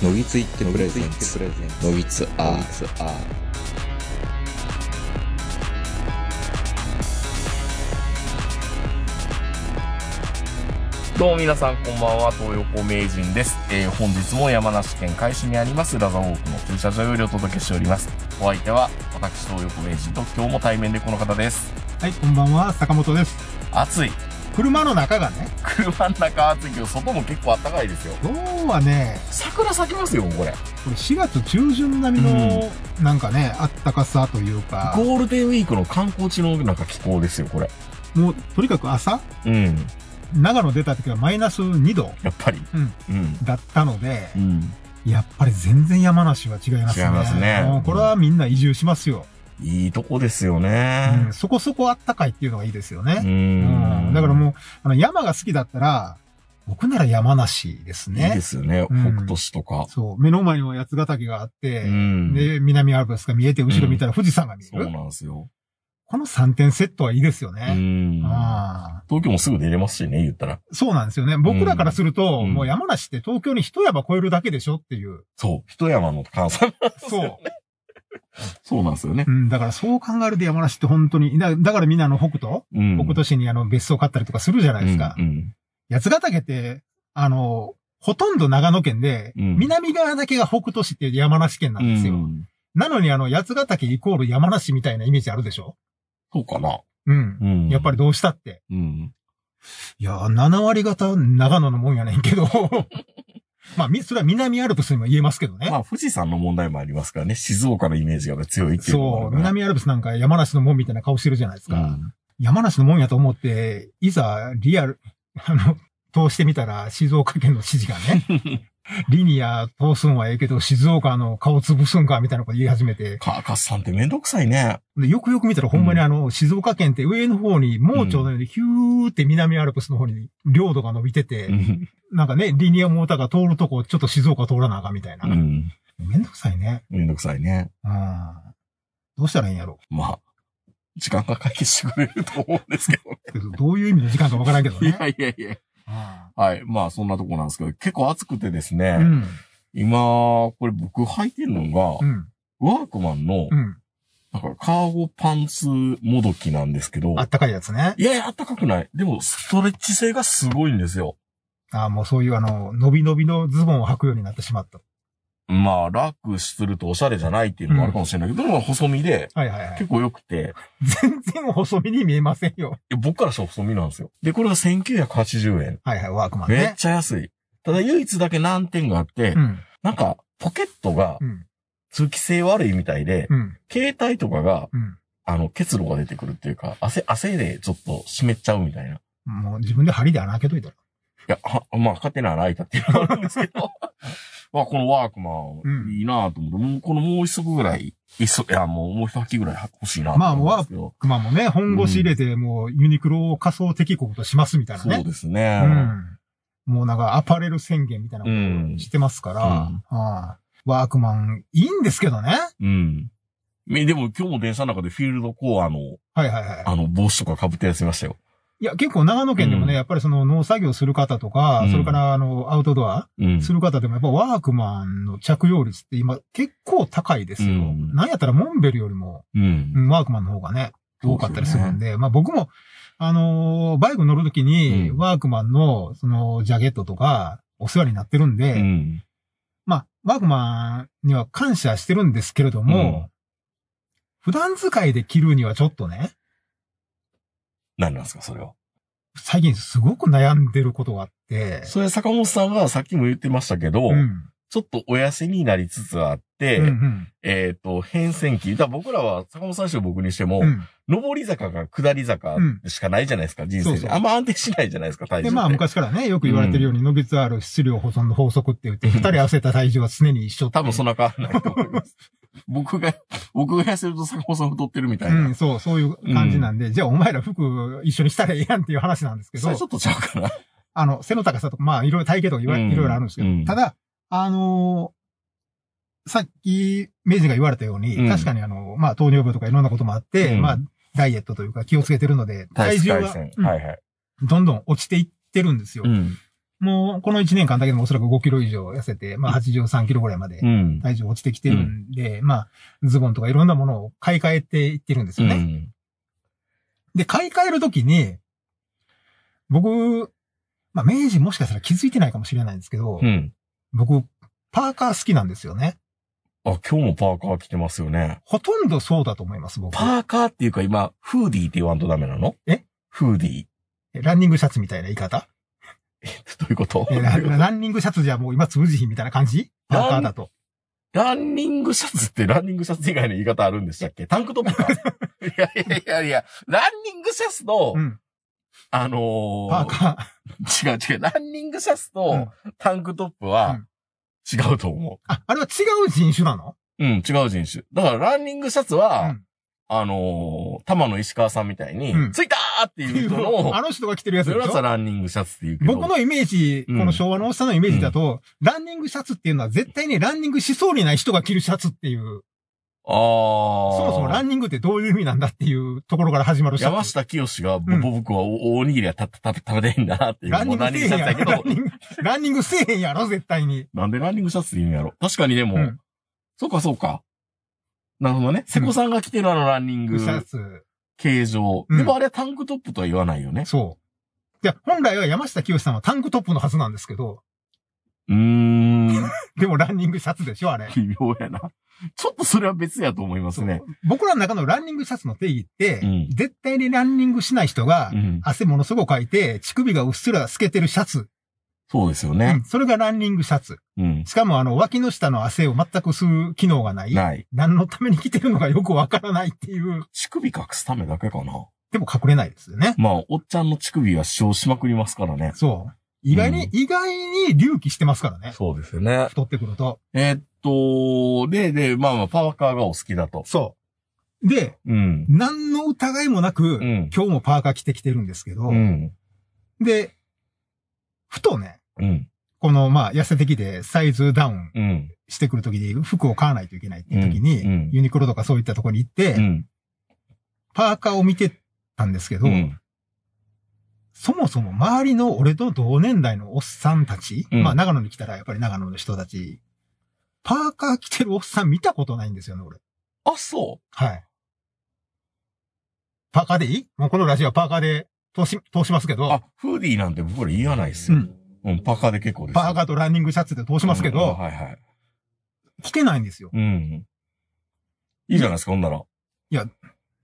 のぎついってプレゼンツのぎつアーどうも皆さんこんばんは、東横名人です。本日も山梨県甲斐市にありますラザウォークの駐車場よりお届けしております。お相手は私東横名人と今日も対面でこの方です。 はい、こんばんは、坂本です。 暑い。 車の中がね。 車の中暑いけど、外も結構暖かいですよ。 今日はね、 桜咲きますよ、これ。 これ4月中旬並みの、なんかね、暖かさというか。 ゴールデンウィークの観光地のなんか気候ですよ、これ。 もう、とにかく朝長野出た時はマイナス2度。 やっぱり。 だったので、やっぱり全然山梨は違いますね。 違いますね。 もうこれはみんな移住しますよ。 いいとこですよね。 そこそこあったかいっていうのがいいですよね。だからもう、山が好きだったら、僕なら山梨ですね。 いいですよね。北杜市とか。 そう。目の前にも八ヶ岳があって、で、南アルプスが見えて、後ろ見たら富士山が見える。 そうなんですよ。 この3点セットはいいですよね。 東京もすぐ出れますしね、言ったら。 そうなんですよね。僕らからすると、もう山梨って東京に一山越えるだけでしょっていう。 そう。一山の関西なんですよね。そう。そうなんですよね。 だからそう考えると山梨って本当に、だからみんな北杜市に別荘買ったりとかするじゃないですか。八ヶ岳って、ほとんど長野県で、南側だけが北杜市っていう山梨県なんですよ。なのに八ヶ岳イコール山梨みたいなイメージあるでしょ？ そうかな。 やっぱりどうしたって。いや、7割方長野のもんやねんけど。まあ、それは南アルプスにも言えますけどね。 まあ、富士山の問題もありますからね。静岡のイメージが強いっていうのそう、南アルプスなんか山梨のもんみたいな顔してるじゃないですか。山梨のもんやと思って、いざ、通してみたら静岡県の知事がね、リニア通すんはええけど、静岡の顔潰すんかみたいなこと言い始めて。 カーカスさんってめんどくさいね。 でよくよく見たらほんまに静岡県って上の方に、もうちょうどね、ヒューって南アルプスの方に領土が伸びてて、なんかね、リニアモーターが通るとこ、ちょっと静岡通らなあかんみたいな。めんどくさいね。 めんどくさいね。 どうしたらいいんやろ。 まあ、時間が解決してくれると思うんですけどね。 どういう意味の時間かわからんけどね。 いや。はい。まあ、そんなとこなんですけど、結構暑くてですね。今、これ僕履いてるのが、ワークマンの、なんかカーゴパンツもどきなんですけど。 あったかいやつね。 いや、あったかくない。でも、ストレッチ性がすごいんですよ。 もうそういう伸び伸びのズボンを履くようになってしまった。 まあ、楽するとおしゃれじゃないっていうのもあるかもしれないけど、でも細身で、結構良くて。 全然細身に見えませんよ。 僕からしたら細身なんですよ。で、これが1980円。 ワークマンね。 めっちゃ安い。ただ唯一だけ難点があって、なんか、ポケットが、通気性悪いみたいで、携帯とかが、結露が出てくるっていうか、汗でちょっと湿っちゃうみたいな。 もう自分で針で穴開けといたら。 いや、まあ、勝手に穴開いたっていうのがあるんですけど。まあ、このワークマン、いいなぁと思って、もうこのもう一足ぐらい、もう一履きぐらい欲しいなぁと思うんですけど。 ワークマンもね、本腰入れて、もうユニクロを仮想敵国としますみたいなね。 そうですね。 もうなんかアパレル宣言みたいなことをしてますから、ワークマンいいんですけどね。 でも今日も電車の中でフィールドコアの、帽子とか被ってやついましたよ。 いや、結構長野県でもね、やっぱりその農作業する方とか、それからアウトドアする方でもやっぱワークマンの着用率って今結構高いですよ。なんやったらモンベルよりも、ワークマンの方がね、多かったりするんで、まあ僕も、バイク乗るときにワークマンのそのジャケットとかお世話になってるんで、まあワークマンには感謝してるんですけれども、普段使いで着るにはちょっとね、 何なんですか、それは。 最近すごく悩んでることがあって。 それ坂本さんがさっきも言ってましたけど、ちょっとお痩せになりつつあって、変遷期。僕らは坂本さんにしても僕にしても、上り坂が下り坂しかないじゃないですか、人生で。あんま安定しないじゃないですか、体重。 で、まあ昔からね、よく言われてるように、伸びつある質量保存の法則って言って、二人合わせた体重は常に一緒って。 多分そんな変わらないと思います。僕が痩せると坂本さん太ってるみたいな。 そういう感じなんで、じゃあお前ら服一緒にしたらええやんっていう話なんですけど。 それちょっとちゃうかな。 背の高さとか、まあいろいろ体型とかいろいろあるんですけど、ただ、さっき、明治が言われたように、確かにまあ糖尿病とかいろんなこともあって、まあダイエットというか気をつけてるので、体重が、どんどん落ちていってるんですよ。 もうこの1年間だけでもおそらく5キロ以上痩せて、まあ83キロぐらいまで体重落ちてきてるんで、まあズボンとかいろんなものを買い替えていってるんですよね。で、買い替えるときに、僕、まあ明治もしかしたら気づいてないかもしれないんですけど、僕、パーカー好きなんですよね。 あ、今日もパーカー着てますよね。 ほとんどそうだと思います、僕。 パーカーっていうか今、フーディーって言わんとダメなの？フーディー。ランニングシャツみたいな言い方？ どういうこと？ ランニングシャツじゃもう今通じひんみたいな感じ？パーカーだと。 ランニングシャツってランニングシャツ以外の言い方あるんでしたっけ？タンクトップか。いや、ランニングシャツと、 パーカー。違う。ランニングシャツとタンクトップは違うと思う。 あれは違う人種なの？ 違う人種。だからランニングシャツは、玉野石川さんみたいに、ついたーっていう人の、 あの人が着てるやつでしょ？ それはランニングシャツっていうけど。 僕のイメージ、この昭和のおっさんのイメージだと、ランニングシャツっていうのは絶対にランニングしそうにない人が着るシャツっていう。そもそもランニングってどういう意味なんだっていうところから始まるシャツ。 山下清が、僕はおにぎりは食べてへんだなっていう。 ランニングせえへんやろ。ランニングせえへんやろ、絶対に。 なんでランニングシャツって言うんやろ。確かにでも、そうか。なるほどね。瀬古さんが着てるランニング。シャツ。形状。でもあれはタンクトップとは言わないよね。 そう。いや、本来は山下清さんはタンクトップのはずなんですけど。でもランニングシャツでしょ、あれ。 微妙やな。ちょっとそれは別やと思いますね。 僕らの中のランニングシャツの定義って、絶対にランニングしない人が、汗ものすごくかいて、乳首がうっすら透けてるシャツ。 そうですよね。 それがランニングシャツ。しかも脇の下の汗を全く吸う機能がない。何のために着てるのかよくわからないっていう。 乳首隠すためだけかな。 でも隠れないですよね。 まあ、おっちゃんの乳首は使用しまくりますからね。 そう。意外に隆起してますからね。 そうですよね。 太ってくると。 で、まあ、パーカーがお好きだと。 そう。で、何の疑いもなく、今日もパーカー着てきてるんですけど、で、ふとね、この、まあ、痩せてきてサイズダウンしてくるときに服を買わないといけないっていうときに、ユニクロとかそういったところに行って、パーカーを見てたんですけど、そもそも周りの俺と同年代のおっさんたち、まあ長野に来たらやっぱり長野の人たち、パーカー着てるおっさん見たことないんですよね、俺。 あ、そう？ はい。パーカーでいい？もうこのラジオはパーカーで通しますけど。 あ、フーディーなんて僕ら言わないっすよ。パーカーで結構です。 パーカーとランニングシャツで通しますけど、着てないんですよ。 いいじゃないですか、ほんなら。 いや、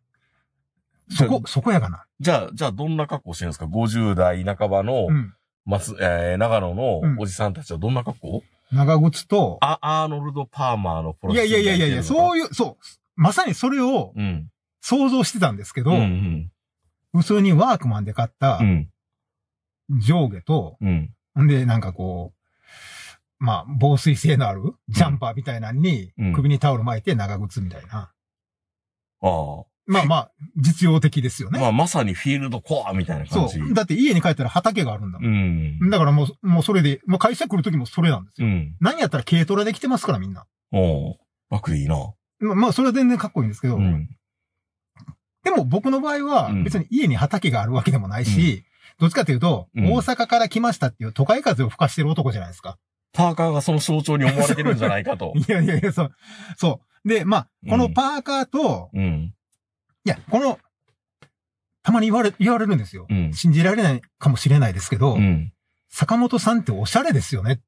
そこやがな。 じゃあどんな格好してるんですか ?50 代半ばの、長野のおじさんたちはどんな格好？ 長靴と、 アーノルド・パーマーのポロシャツ。いや、そう、まさにそれを、想像してたんですけど、普通にワークマンで買った、上下と、で、なんかこう、まあ、防水性のあるジャンパーみたいなのに、首にタオル巻いて長靴みたいな。まあ、実用的ですよね。 まあ、まさにフィールドコアみたいな感じ。 そう。だって家に帰ったら畑があるんだもん。だからもうそれで、もう会社来る時もそれなんですよ。何やったら軽トラで来てますから、みんな。 楽でいいな。 まあ、それは全然かっこいいんですけど。でも僕の場合は、別に家に畑があるわけでもないし、どっちかというと、大阪から来ましたっていう都会風を吹かしてる男じゃないですか。 パーカーがその象徴に思われてるんじゃないかと。 いや、そう。で、まあ、このパーカーと、いや、たまに言われるんですよ。信じられないかもしれないですけど、坂本さんっておしゃれですよねって。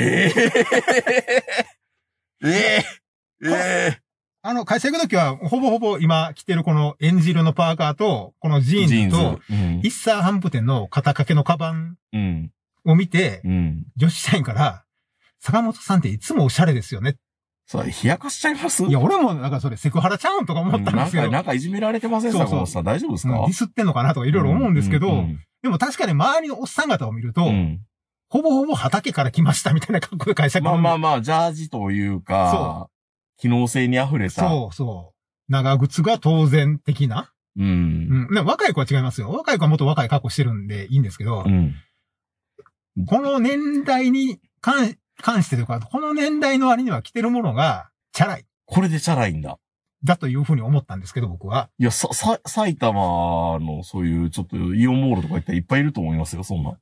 会社行くときは、ほぼほぼ今着てるこのエンジ色のパーカーと、このジーンズと、イッサーハンプ店の肩掛けのカバンを見て、女子社員から、坂本さんっていつもおしゃれですよね。 それ、冷やかしちゃいます？ いや、俺もなんかそれセクハラちゃうんとか思ったんですけど。 なんかいじめられてません？坂本さん大丈夫ですか？ ディスってんのかなとかいろいろ思うんですけど、でも確かに周りのおっさん方を見ると、ほぼほぼ畑から来ましたみたいな格好で会社来る。 まあ、ジャージというか、機能性に溢れた。 そう。長靴が当然的な。若い子は違いますよ。若い子はもっと若い格好してるんでいいんですけど、この年代に関してというか、この年代の割には着てるものが、チャラい。 これでチャラいんだ。 だというふうに思ったんですけど、僕は。 いや、埼玉のそういうちょっとイオンモールとか行ったらいっぱいいると思いますよ、そんな。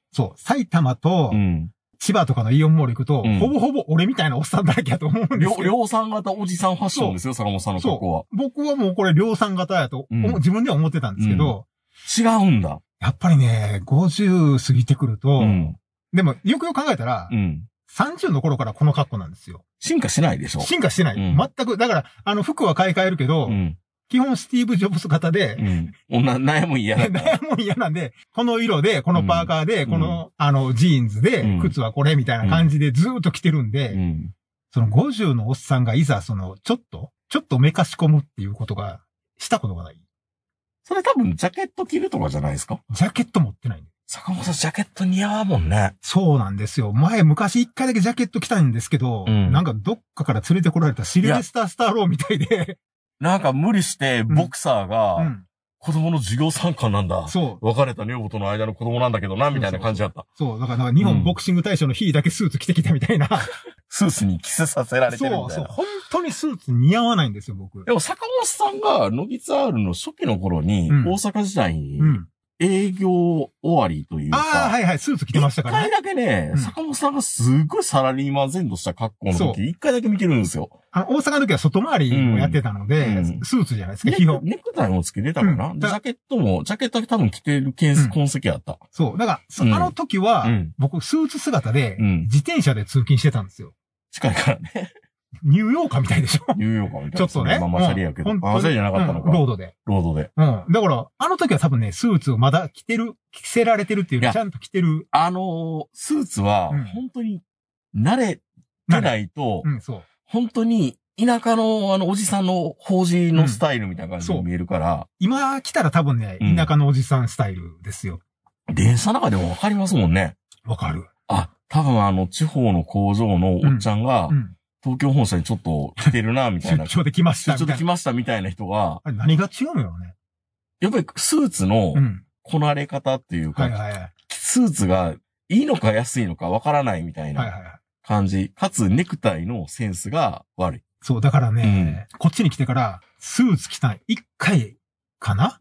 そう、埼玉と、千葉とかのイオンモール行くと、ほぼほぼ俺みたいなおっさんだらけやと思うんですよ。 量産型おじさんファッションですよ、坂本さんの格好は。 僕はもうこれ量産型やと、自分では思ってたんですけど、 違うんだ。 やっぱりね、50過ぎてくると、でもよくよく考えたら、30の頃からこの格好なんですよ。 進化しないでしょ？ 進化してない。全く、だから、服は買い替えるけど、基本スティーブ・ジョブズ型で、 悩む嫌だ。 悩む嫌なんで、この色で、このパーカーで、この、ジーンズで、靴はこれみたいな感じでずーっと着てるんで、その50のおっさんがいざ、ちょっとめかし込むっていうことが、したことがない。 それ多分ジャケット着るとかじゃないですか？ ジャケット持ってない。 坂本さんジャケット似合わんもんね。 そうなんですよ。昔一回だけジャケット着たんですけど、なんかどっかから連れてこられたシルベスター・スターローみたいで。 なんか無理してボクサーが、子供の授業参観なんだ。そう。別れた女房との間の子供なんだけどな、みたいな感じだった。 そう。だから日本ボクシング大賞の日だけスーツ着てきたみたいな。 スーツに着せさせられてるみたいな。 そう。本当にスーツ似合わないんですよ、僕。 でも坂本さんが、ノギツアールの初期の頃に、大阪時代に、営業終わりというか。 はいはい、スーツ着てましたからね。一回だけね、坂本さんがすごいサラリーマン前とした格好の時、一回だけ見てるんですよ。 大阪の時は外回りもやってたので、スーツじゃないですか、基本。 ネクタイもつけてたかな、ジャケット多分着てる痕跡あった。 そう。だから、あの時は、僕、スーツ姿で、自転車で通勤してたんですよ。 近いからね。 ニューヨーカーみたいでしょ？ ニューヨーカーみたいな。 ちょっとね。 ママシャリやけど。ママシャリじゃなかったのか。 ロードで。だから、あの時は多分ね、スーツをまだ着せられてるっていうよりちゃんと着てる。 スーツは、本当に、慣れてないと、本当に、田舎のおじさんの法事のスタイルみたいな感じに見えるから。 今来たら多分ね、田舎のおじさんスタイルですよ。 電車の中でもわかりますもんね。 わかる。 多分地方の工場のおっちゃんが、東京本社にちょっと来てるな、みたいな。 出張で来ました。 出張で来ましたみたいな人が。 あれ何が違うのよね。 やっぱりスーツのこなれ方っていうか、スーツがいいのか安いのかわからないみたいな感じ。かつネクタイのセンスが悪い。 そう、だからね、こっちに来てからスーツ着た1回かな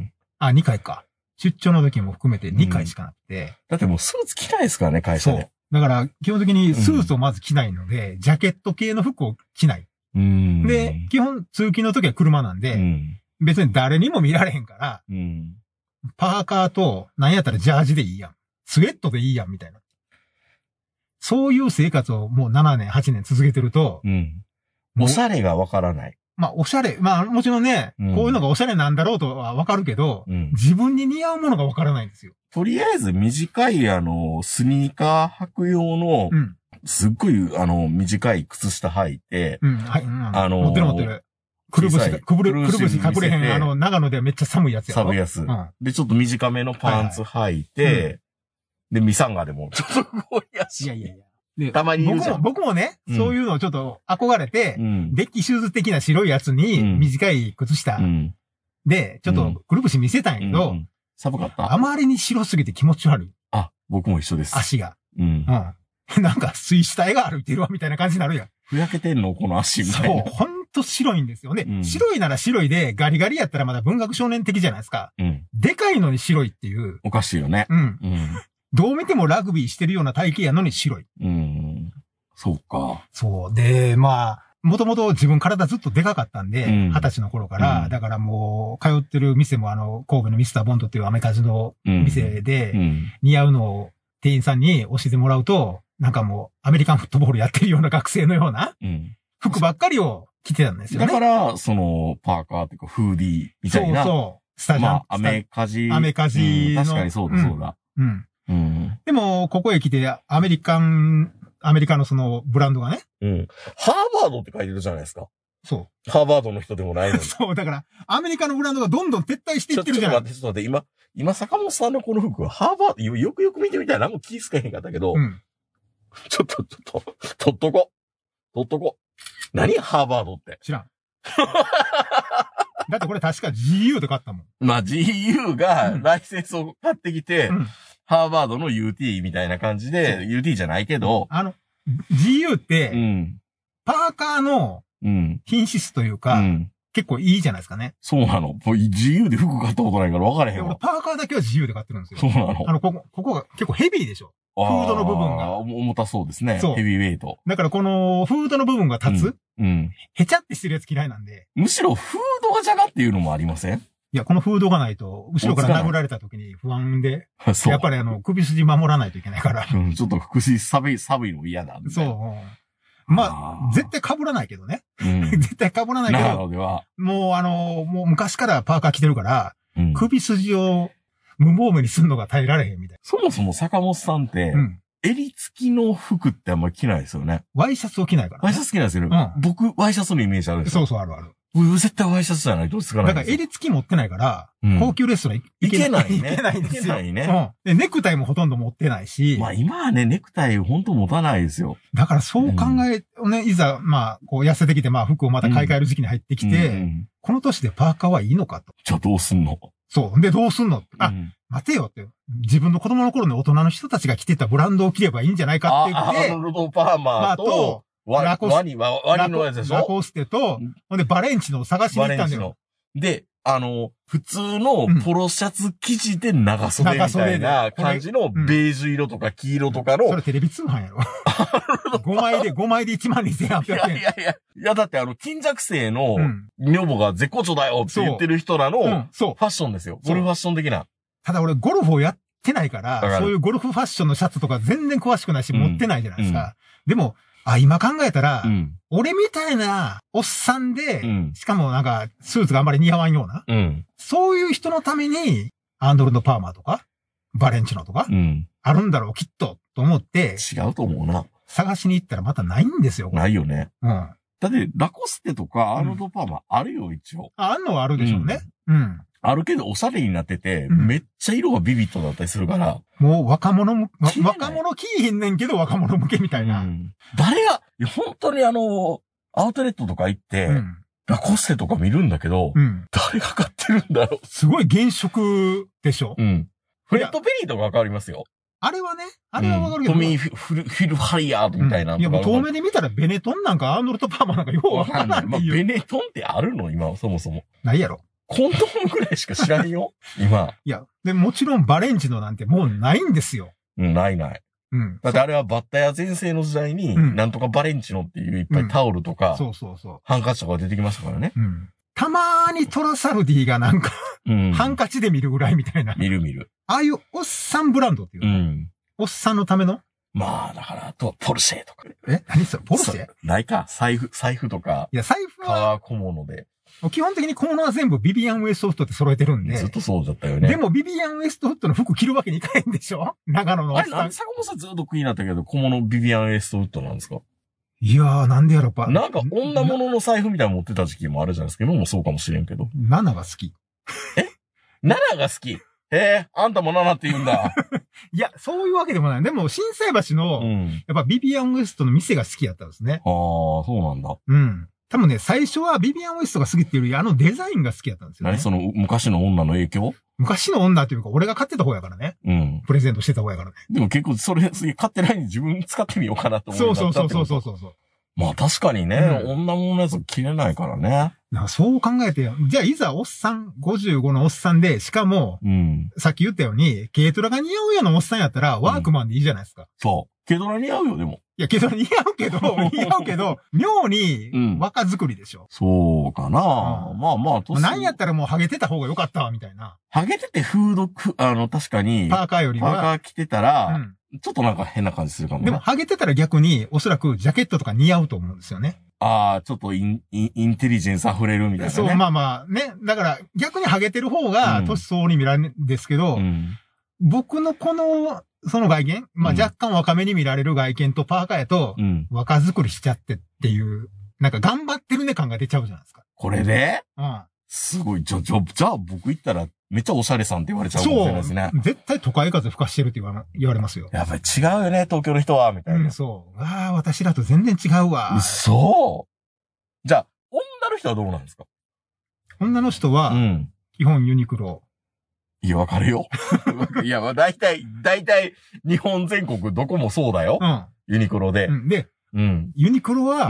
2回か。出張の時も含めて2回しかなくて。 だってもうスーツ着ないですからね、会社で。 だから、基本的にスーツをまず着ないので、ジャケット系の服を着ない。で、基本通勤の時は車なんで、別に誰にも見られへんから、パーカーと、なんやったらジャージでいいやん。スウェットでいいやん、みたいな。そういう生活をもう7年、8年続けてると、 おしゃれがわからない。 おしゃれ、もちろんね、こういうのがおしゃれなんだろうとはわかるけど、自分に似合うものがわからないんですよ。 とりあえず短いスニーカー履く用の、すっごい短い靴下履いて、 持ってる。くるぶし隠れへん、長野でめっちゃ寒いやつやろ。 寒いやつ。で、ちょっと短めのパンツ履いて、で、ミサンガでもちょっと動いやし。 いや。 たまにいるじゃん。 僕もね、そういうのをちょっと憧れて、デッキシューズ的な白いやつに短い靴下で、ちょっとくるぶし見せたんやけど、 寒かった。 あまりに白すぎて気持ち悪い。 僕も一緒です。 足が。なんか水死体が歩いてるわみたいな感じになるやん。 ふやけてんのこの足みたいな。 そう、ほんと白いんですよね。白いなら白いでガリガリやったらまだ文学少年的じゃないですか。でかいのに白いっていう。 おかしいよね。 どう見てもラグビーしてるような体型やのに白い。 そうか。 そう。で、もともと自分体ずっとでかかったんで、20歳の頃から、だからもう、通ってる店も神戸のミスターボンドっていうアメカジの店で、似合うのを店員さんに教えてもらうと、なんかもう、アメリカンフットボールやってるような学生のような、服ばっかりを着てたんですよね。 だから、パーカーっていうか、フーディーみたいな。 そう。スタジャン。 アメカジ。 アメカジの。 確かにそうだ。 でも、ここへ来て、アメリカのブランドがね。 ハーバードって書いてるじゃないですか。 そう。 ハーバードの人でもないのに。 そう、だから、アメリカのブランドがどんどん撤退していってるじゃん。 ちょっと待って、今、坂本さんのこの服は、ハーバード、よくよく見てみたら何も気づかへんかったけど、ちょっと、取っとこ。何ハーバードって。 知らん。だってこれ確か GU で買ったもん。 GU がライセンスを買ってきて、ハーバードの UT みたいな感じで、UT じゃないけど、 GU って、パーカーの品質というか、 結構いいじゃないですかね。 そうなの。もう自由で服買ったことないから分からへんわ。 パーカーだけは自由で買ってるんですよ。 そうなの。 ここが結構ヘビーでしょ。フードの部分が。 重たそうですね。 そう。 ヘビーウェイト。 だからこのフードの部分が立つ、 うん。 へちゃってしてるやつ嫌いなんで。 むしろフードが邪魔っていうのもありません？ いや、このフードがないと、後ろから殴られた時に不安で、 そう。 やっぱり首筋守らないといけないから。 ちょっと腹筋寒いの嫌だ。 そう。まあ、絶対被らないけどね。絶対被らないけど。 なのでは。 もう昔からパーカー着てるから、首筋を無防備にするのが耐えられへんみたいな。 そもそも坂本さんって、襟付きの服ってあんまり着ないですよね。 ワイシャツを着ないから、 ワイシャツ着ないですよね。僕、ワイシャツのイメージあるんですよ。 そうあるある。 絶対ワイシャツじゃないとつかない。 だから襟付き持ってないから、高級レストラン行けないね。行けないんですよ。 行けないね。 で、ネクタイもほとんど持ってないし。 まあ今はね、ネクタイほんと持たないですよ。 だからそう考え、ね、いざ、こう痩せてきて、服をまた買い替える時期に入ってきて、この年でパーカーはいいのかと。 じゃあどうすんの？ そう。で、どうすんの？待てよって。自分の子供の頃の大人の人たちが着てたブランドを着ればいいんじゃないかって言って。 アーノルド・パーマーと、ワニのやつでしょ？ ラコステと、ほんでバレンチノを探しに行ったんだよ。 で、普通のポロシャツ生地で長袖みたいな感じのベージュ色とか黄色とかの。 それテレビ通販やろ。5枚で12,800円。 いや、だって金弱生の女房が絶好調だよって言ってる人らのファッションですよ。ゴルフファッション的な。 ただ俺ゴルフをやってないから、そういうゴルフファッションのシャツとか全然詳しくないし持ってないじゃないですか。でも、今考えたら、俺みたいなおっさんで、しかもなんか、スーツがあんまり似合わんような、そういう人のために、アンドルド・パーマーとか、バレンチノとか、あるんだろう、きっと、と思って、 違うと思うな。 探しに行ったらまたないんですよ。 ないよね。だって、ラコステとかアーノルド・パーマーあるよ、一応。 あんのはあるでしょうね。 あるけど、おしゃれになってて、めっちゃ色がビビッドだったりするから。 もう若者着いひんねんけど若者向けみたいな。 誰が、本当にアウトレットとか行って、ラコステとか見るんだけど、誰が買ってるんだろう。 すごい原色でしょ。 フレッド・ペリーとかわかりますよ。 あれはわかるけど。 トミー・フィル・ハリアーみたいな。 いや、もう遠目で見たらベネトンなんかアーノルド・パーマなんかようわかんないっていう。 ベネトンってあるの今、そもそも。 ないやろ。 コンドームぐらいしか知らんよ今。 いや、でもちろんバレンチノなんてもうないんですよ。 ない。だってあれはバッタや前世の時代に、なんとかバレンチノっていういっぱいタオルとか、ハンカチとか出てきましたからね。 たまーにトラサルディがなんか、ハンカチで見るぐらいみたいな。 見る。 ああいうおっさんブランドっていう。おっさんのためのまあ、だから、あとはポルシェとか。 何それポルシェないか財布とか。 いや、財布は。 革小物で。 基本的に小物は全部ビビアン・ウエストウッドって揃えてるんで。 ずっとそうだったよね。 でもビビアン・ウエストウッドの服着るわけにいかへんでしょ長野のおっさん。 あれ、坂本さんずっと気になったけど、小物ビビアン・ウエストウッドなんですか？ いやー、なんでやろぱ。 なんか女物の財布みたいなの持ってた時期もあるじゃないですか。今もそうかもしれんけど。 ナナが好き。 ナナが好き？あんたもナナって言うんだ。 いや、そういうわけでもない。でも、心斎橋の、やっぱビビアン・ウエストの店が好きやったんですね。 ああ、そうなんだ。 多分ね、最初はビビアン・ウエストが好きっていうより、デザインが好きやったんですよね。 何その昔の女の影響？ 昔の女っていうか、俺が買ってた方やからね。プレゼントしてた方やからね。 でも結構それ、買ってないのに自分使ってみようかなと思う。 そう。 まあ確かにね、女物のやつ着れないからね。 そう考えて、じゃあいざおっさん、55のおっさんで、しかも、さっき言ったように、軽トラが似合うようなおっさんやったら、ワークマンでいいじゃないですか。 そう。軽トラ似合うよ、でも。 いや、軽トラ似合うけど、妙に若作りでしょ。 そうかな。まあ、 なんやったらもうハゲてた方が良かったわ、みたいな。 ハゲててフード、確かに。 パーカーよりは。 パーカー着てたら、ちょっとなんか変な感じするかもね。 でも、ハゲてたら逆に、おそらくジャケットとか似合うと思うんですよね。 ちょっとインテリジェンス溢れるみたいなね。 そう、まあね。だから、逆にハゲてる方が、年相応に見られるんですけど、僕のその外見、若干若めに見られる外見とパーカーやと、若作りしちゃってっていう、なんか頑張ってるね感が出ちゃうじゃないですか。 これで？すごい。じゃあ僕行ったら、めっちゃおしゃれさんって言われちゃうかもしれないですね。 そう。絶対都会風吹かしてるって言われますよ。 やっぱり違うよね、東京の人は、みたいな。 そう。私らと全然違うわ。 じゃあ、女の人はどうなんですか？ 女の人は、基本ユニクロ。 いや、わかるよ。いや、だいたい、日本全国どこもそうだよ。ユニクロで。 で、ユニクロは、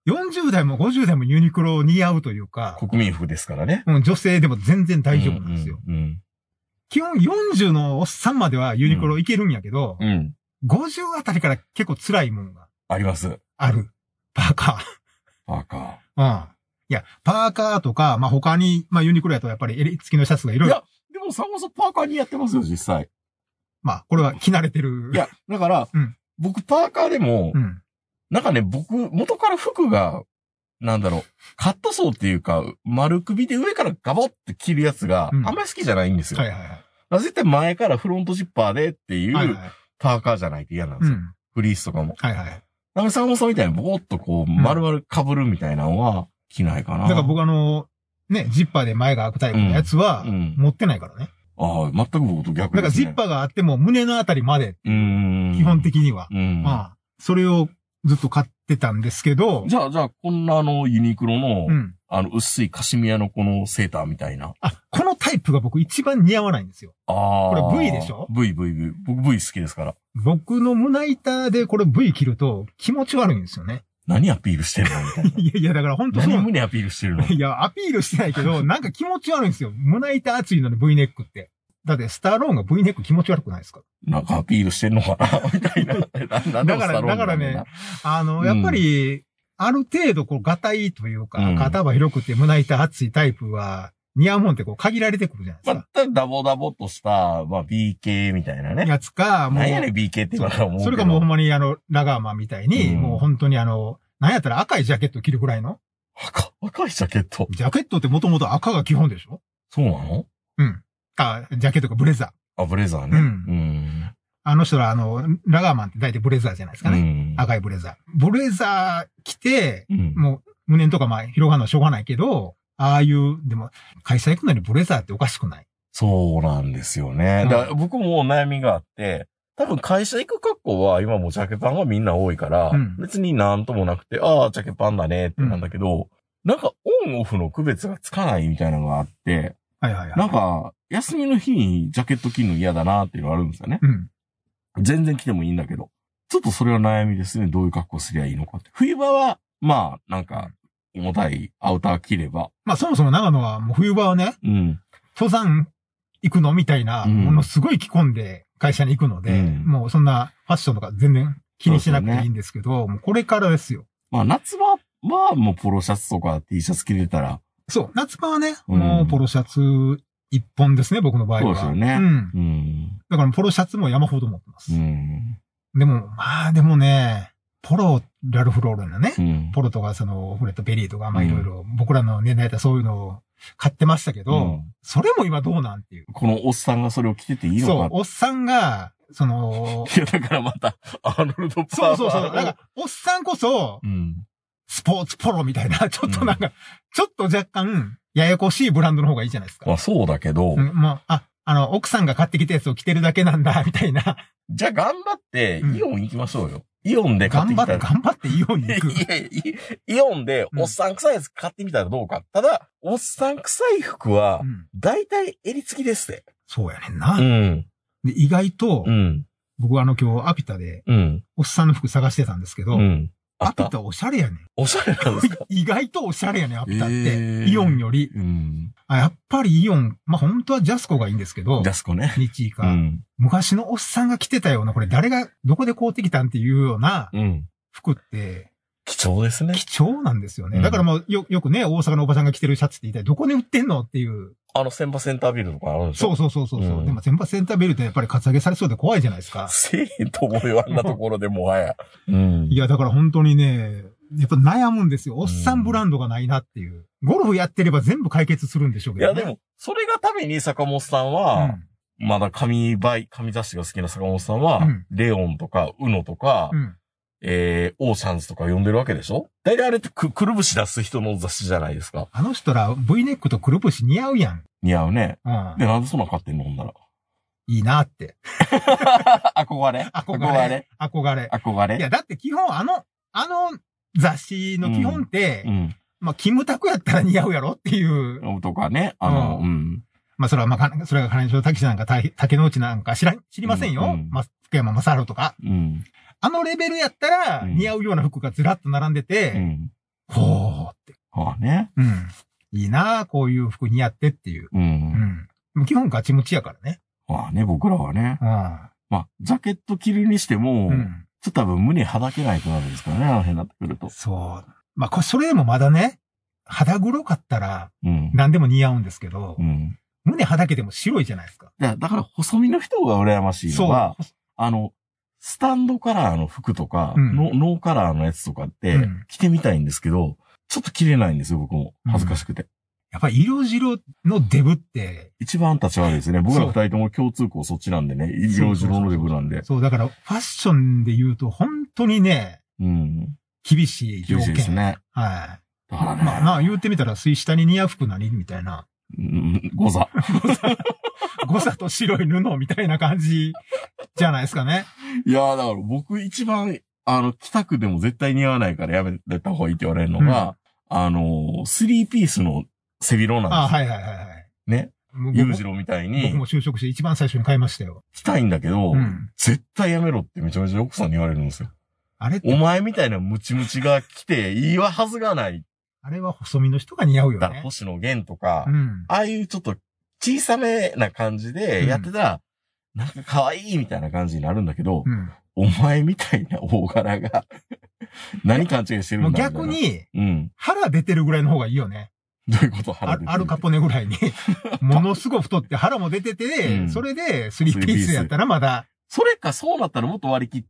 40代も50代もユニクロ似合うというか。 国民服ですからね。 女性でも全然大丈夫なんですよ。基本40のおっさんまではユニクロいけるんやけど、50あたりから結構辛いもんが。 あります。 ある。パーカー。 パーカー。いや、パーカーとか、他に、ユニクロやとやっぱり襟付きのシャツがいろいろ。いや、 でもそもそもパーカーにやってますよ、実際。 これは着慣れてる。 いや、だから、僕パーカーでも、なんかね、元から服が、カットソーっていうか、丸首で上からガボって着るやつがあんまり好きじゃないんですよ。絶対前からフロントジッパーでっていうパーカーじゃないと嫌なんですよ。フリースとかも。なんか坂本さんみたいにボーっとこう、丸々被るみたいなのは着ないかな。 だから僕ジッパーで前が開くタイプのやつは、持ってないからね。 ああ、全く僕と逆ですね。 だからジッパーがあっても胸のあたりまで。基本的には。それをずっと買ってたんですけど。 じゃあ、こんなユニクロの、薄いカシミヤのこのセーターみたいな。 このタイプが僕一番似合わないんですよ。これ V でしょ？ V。僕 V 好きですから。 僕の胸板でこれ V 着ると気持ち悪いんですよね。 何アピールしてるのみたいな。 いや、だから本当何胸アピールしてるの？ いや、アピールしてないけど、なんか気持ち悪いんですよ。胸板熱いのに V ネックって。だってスターローンが V ネック気持ち悪くないですか？ なんかアピールしてんのかなみたいな。 だからね、やっぱり、ある程度ガタイというか、肩幅広くて胸板厚いタイプは、似合うもんって限られてくるじゃないですか。 ダボダボとした、BK みたいなね。 やつか、 もう。何やねん BK って言われたら思うけど。 それかもうほんまにラガーマンみたいに、もう本当になんやったら赤いジャケット着るぐらいの。 赤いジャケット？ ジャケットってもともと赤が基本でしょ？ そうなの？ ジャケットかブレザー。ブレザーね。 あの人らラガーマンって大体ブレザーじゃないですかね。赤いブレザー。ブレザー着て、もう胸とか広がるのはしょうがないけど、ああいう、でも、会社行くのにブレザーっておかしくない？ そうなんですよね。だから僕も悩みがあって、多分会社行く格好は今もジャケパンがみんな多いから、別になんともなくて、ああ、ジャケパンだねってなんだけど、なんかオンオフの区別がつかないみたいなのがあって、なんか、休みの日にジャケット着るの嫌だなっていうのがあるんですよね。全然着てもいいんだけど。ちょっとそれは悩みですね。どういう格好すりゃいいのかって。冬場は、なんか、重たいアウター着れば。 そもそも長野はもう冬場はね、登山行くのみたいなものすごい着込んで会社に行くので、もうそんなファッションとか全然気にしなくていいんですけど、もうこれからですよ。 夏場はもうポロシャツとか T シャツ着れたら。 そう、夏場はね、もうポロシャツ一本ですね、僕の場合は。 そうですよね。 だからポロシャツも山ほど持ってます。でもね、ポロ、ラルフローレンのね、ポロとかフレットベリーとか、いろいろ、僕らの年代だったらそういうのを買ってましたけど、それも今どうなんっていう。 このおっさんがそれを着てていいのか？ そう、おっさんが、 いや、だからまた、アーノルド・パーマー。 そう。だから、おっさんこそ、スポーツポロみたいな、ちょっとちょっと若干、ややこしいブランドの方がいいじゃないですか。 そうだけど。 奥さんが買ってきたやつを着てるだけなんだ、みたいな。 じゃあ頑張って、イオン行きましょうよ。イオンで買ってきたら。 頑張ってイオンに行く。 イオンで、おっさん臭いやつ買ってみたらどうか。ただ、おっさん臭い服は、だいたい襟付きですって。 そうやねんな。で、意外と、僕は今日アピタで、おっさんの服探してたんですけど、アピタおしゃれやねん。 おしゃれなんですか？ 意外とおしゃれやねん、アピタって。イオンより。やっぱりイオン、本当はジャスコがいいんですけど。 ジャスコね。 日イか。昔のおっさんが着てたような、これ誰が、どこで買うてきたんっていうような服って、 貴重ですね。 貴重なんですよね。だからもうよくね、大阪のおばさんが着てるシャツって一体どこで売ってんのっていう。 センバセンタービルとかあるんですよ。そう。でもセンバセンタービルってやっぱりカツアゲされそうで怖いじゃないですか。 せえと思うよ、あんなところでもはや。 いや、だから本当にね、やっぱ悩むんですよ。おっさんブランドがないなっていう。ゴルフやってれば全部解決するんでしょうけどね。 いや、でも、それがために坂本さんは、まだ紙雑誌が好きな坂本さんは、レオンとか、ウノとか、オーシャンズとか読んでるわけでしょ？大体あれってくるぶし出す人の雑誌じゃないですか。 あの人ら V ネックとくるぶし似合うやん。 似合うね。で、なんでそんな買ってんのほんなら。 いいなって。 憧れ。 いや、だって基本雑誌の基本って、キムタクやったら似合うやろっていう。 とかね、 それはそれが金城武史なんか竹之内なんか知りませんよ。福山雅治とか。あのレベルやったら似合うような服がずらっと並んでて、 ほーって。 はあね。 うん。いいなこういう服似合ってっていう。うん。うん。基本ガチムチやからね。 まあね、僕らはね。まあ、ジャケット着るにしても、ちょっと多分胸はだけないくなるんですからね、あの辺になってくると。 そう。まあ、それでもまだね、肌黒かったら、何でも似合うんですけど、胸はだけでも白いじゃないですか。 だから細身の人が羨ましいのは、スタンドカラーの服とか、ノーカラーのやつとかって、着てみたいんですけど、ちょっと着れないんですよ、僕も。恥ずかしくて。 やっぱり色白のデブって。 一番立ち悪いですね。僕ら二人とも共通項そっちなんでね。色白のデブなんで。 そう、だからファッションで言うと本当にね、厳しい条件。厳しいですね。はい。だからね。まあ言ってみたら水下に似合う服何みたいな。 ゴザ。 ゴザと白い布みたいな感じじゃないですかね。 いやーだから僕一番、着たくでも絶対似合わないからやめた方がいいって言われるのが、スリーピースの背広なんですよ。 はいはいはいはい。 ね。裕次郎みたいに。 僕も就職して一番最初に買いましたよ。 着たいんだけど、絶対やめろってめちゃめちゃ奥さんに言われるんですよ。あれお前みたいなムチムチが着ていいはずがない。 あれは細身の人が似合うよね。だから星野源とか、ああいうちょっと小さめな感じでやってたら、なんか可愛いみたいな感じになるんだけど、お前みたいな大柄が何勘違いしてるんだろう。 逆に、腹出てるぐらいの方がいいよね。 どういうこと腹出てる？ アルカポネぐらいに。ものすごい太って腹も出てて、それでスリーピースやったらまだ。 それかそうなったらもっと割り切って、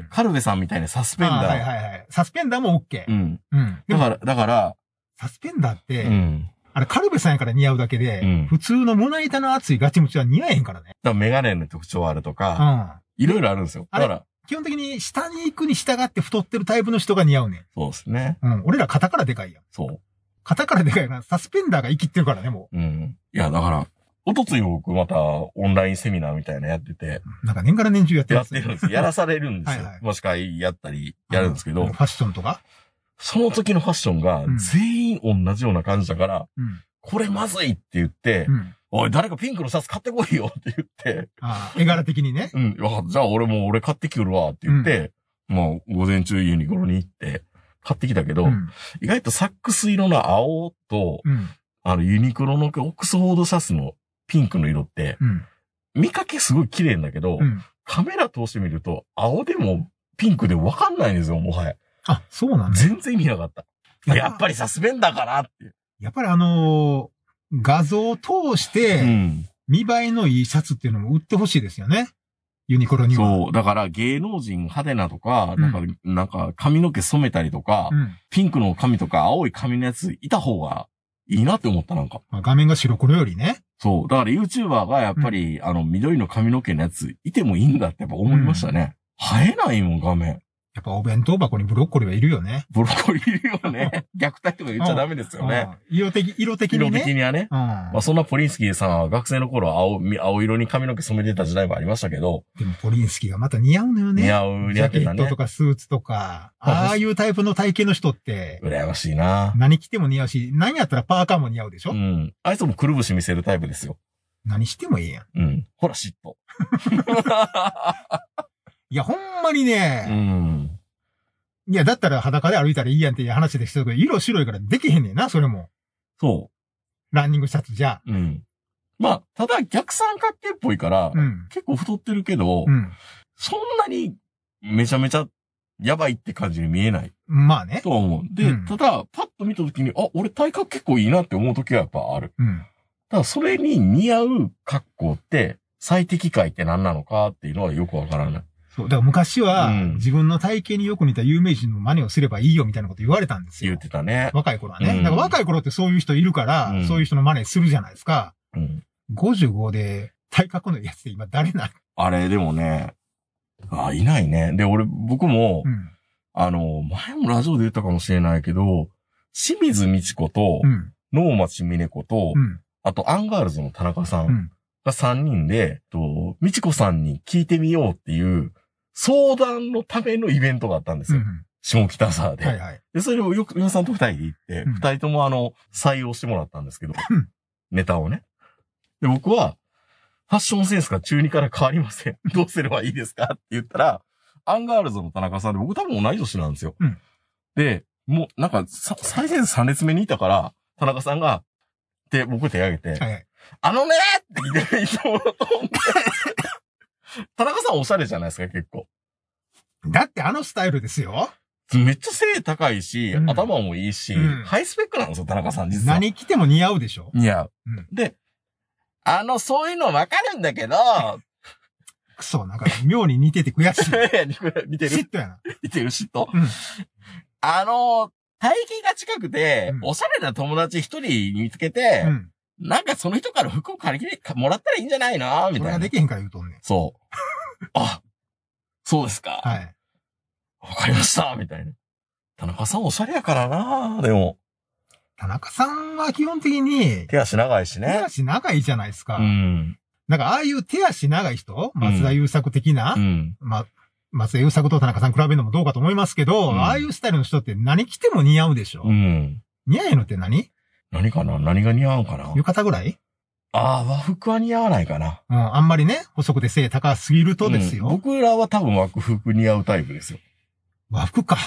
カルベさんみたいなサスペンダー。 はいはいはい。サスペンダーも OK。 だから、 サスペンダーって、あれカルベさんやから似合うだけで、普通の胸板の厚いガチムチは似合えへんからね。だからメガネの特徴あるとか、いろいろあるんですよ。だから、 基本的に下に行くに従って太ってるタイプの人が似合うねん。 そうですね。 俺ら肩からでかいやん。 そう。 肩からでかいから、サスペンダーが生きってるからね、もう。いや、だから、おとつい僕またオンラインセミナーみたいなのやってて。 なんか年から年中やってるんですよ。やってるんです。やらされるんですよ。もしくはやったり、やるんですけど。 ファッションとかその時のファッションが全員同じような感じだから、これまずいって言って、おい、誰かピンクのシャツ買ってこいよって言って。 絵柄的にね。 じゃあ俺買ってきるわって言って、もう午前中ユニクロに行って買ってきたけど、意外とサックス色の青と、ユニクロのオックスフォードシャツのピンクの色って、見かけすごい綺麗んだけど、カメラ通してみると、青でもピンクで分かんないんですよ、もはや。 あ、そうなんだ。 全然意味なかった。やっぱりサスペンダーかなって。 やっぱり画像を通して、見栄えのいいシャツっていうのも売ってほしいですよね。ユニクロには。 そう。だから芸能人派手なとか、なんか髪の毛染めたりとか、ピンクの髪とか青い髪のやついた方がいいなって思ったなんか。 画面が白黒よりね。 そう。だから YouTuber がやっぱり、緑の髪の毛のやついてもいいんだってやっぱ思いましたね。生えないもん、画面。 やっぱお弁当箱にブロッコリーはいるよね。 ブロッコリーいるよね。虐待とか言っちゃダメですよね。 色的にね。 色的にはね。まあそんなポリンスキーさんは学生の頃青色に髪の毛染めてた時代もありましたけど。 でもポリンスキーがまた似合うのよね。 似合う、似合ってたね。 ジャケットとかスーツとか、ああいうタイプの体型の人って。 羨ましいな。 何着ても似合うし、何やったらパーカーも似合うでしょ。 あいつもくるぶし見せるタイプですよ。 何してもいいやん。ほら嫉妬。 いや、ほんまにね。いや、だったら裸で歩いたらいいやんっていう話でしたけど、色白いからできへんねんな、それも。 そう。 ランニングシャツじゃ。 まあ、ただ逆三角形っぽいから、結構太ってるけど、そんなにめちゃめちゃやばいって感じに見えない。 まあね。 と思う。で、ただ、パッと見たときに、俺体格結構いいなって思うときはやっぱある。ただ、それに似合う格好って、最適解って何なのかっていうのはよくわからない。 そう。だから昔は、自分の体型によく似た有名人の真似をすればいいよみたいなこと言われたんですよ。 言ってたね。 若い頃はね。だから若い頃ってそういう人いるから、そういう人の真似するじゃないですか。55で体格のやつって今誰なの？ あれ、でもね、いないね。で、僕も、前もラジオで言ったかもしれないけど、清水美智子と、能町みね子と、あとアンガールズの田中さんが3人で、美智子さんに聞いてみようっていう相談のためのイベントがあったんですよ。下北沢で。で、それを皆さんと2人で行って、2人とも採用してもらったんですけど、ネタをね。で、僕は、ファッションセンスが中2から変わりません。どうすればいいですかって言ったら、アンガールズの田中さんで僕多分同い年なんですよ。で、 もう、なんか、最前3列目にいたから、田中さんが、僕手挙げて、はいはい、あのねーって言っていつもと思って。田中さんおしゃれじゃないですか、結構。 だってあのスタイルですよ。 めっちゃ背高いし、頭もいいし、ハイスペックなんですよ、田中さん実は。 何着ても似合うでしょ？ 似合う。で、そういうのわかるんだけど、 くそ、なんか妙に似てて悔しい。 いや、似てる。 嫉妬やな。 似てる嫉妬。体型が近くて、おしゃれな友達一人見つけて、なんかその人から服を借りてもらったらいいんじゃないのみたいな。それができへんから言うとんねん。 そう。あ、そうですか。 はい。 わかりました。みたいな。田中さんおしゃれやからなでも。 田中さんは基本的に。 手足長いしね。 手足長いじゃないですか。なんかああいう手足長い人、松田優作的な、松田優作と田中さん比べるのもどうかと思いますけど、ああいうスタイルの人って何着ても似合うでしょ。似合えのって何かな何が似合うかな浴衣ぐらい和服は似合わないかな。 あんまりね、細くて背高すぎるとですよ。 僕らは多分和服似合うタイプですよ。 和服か。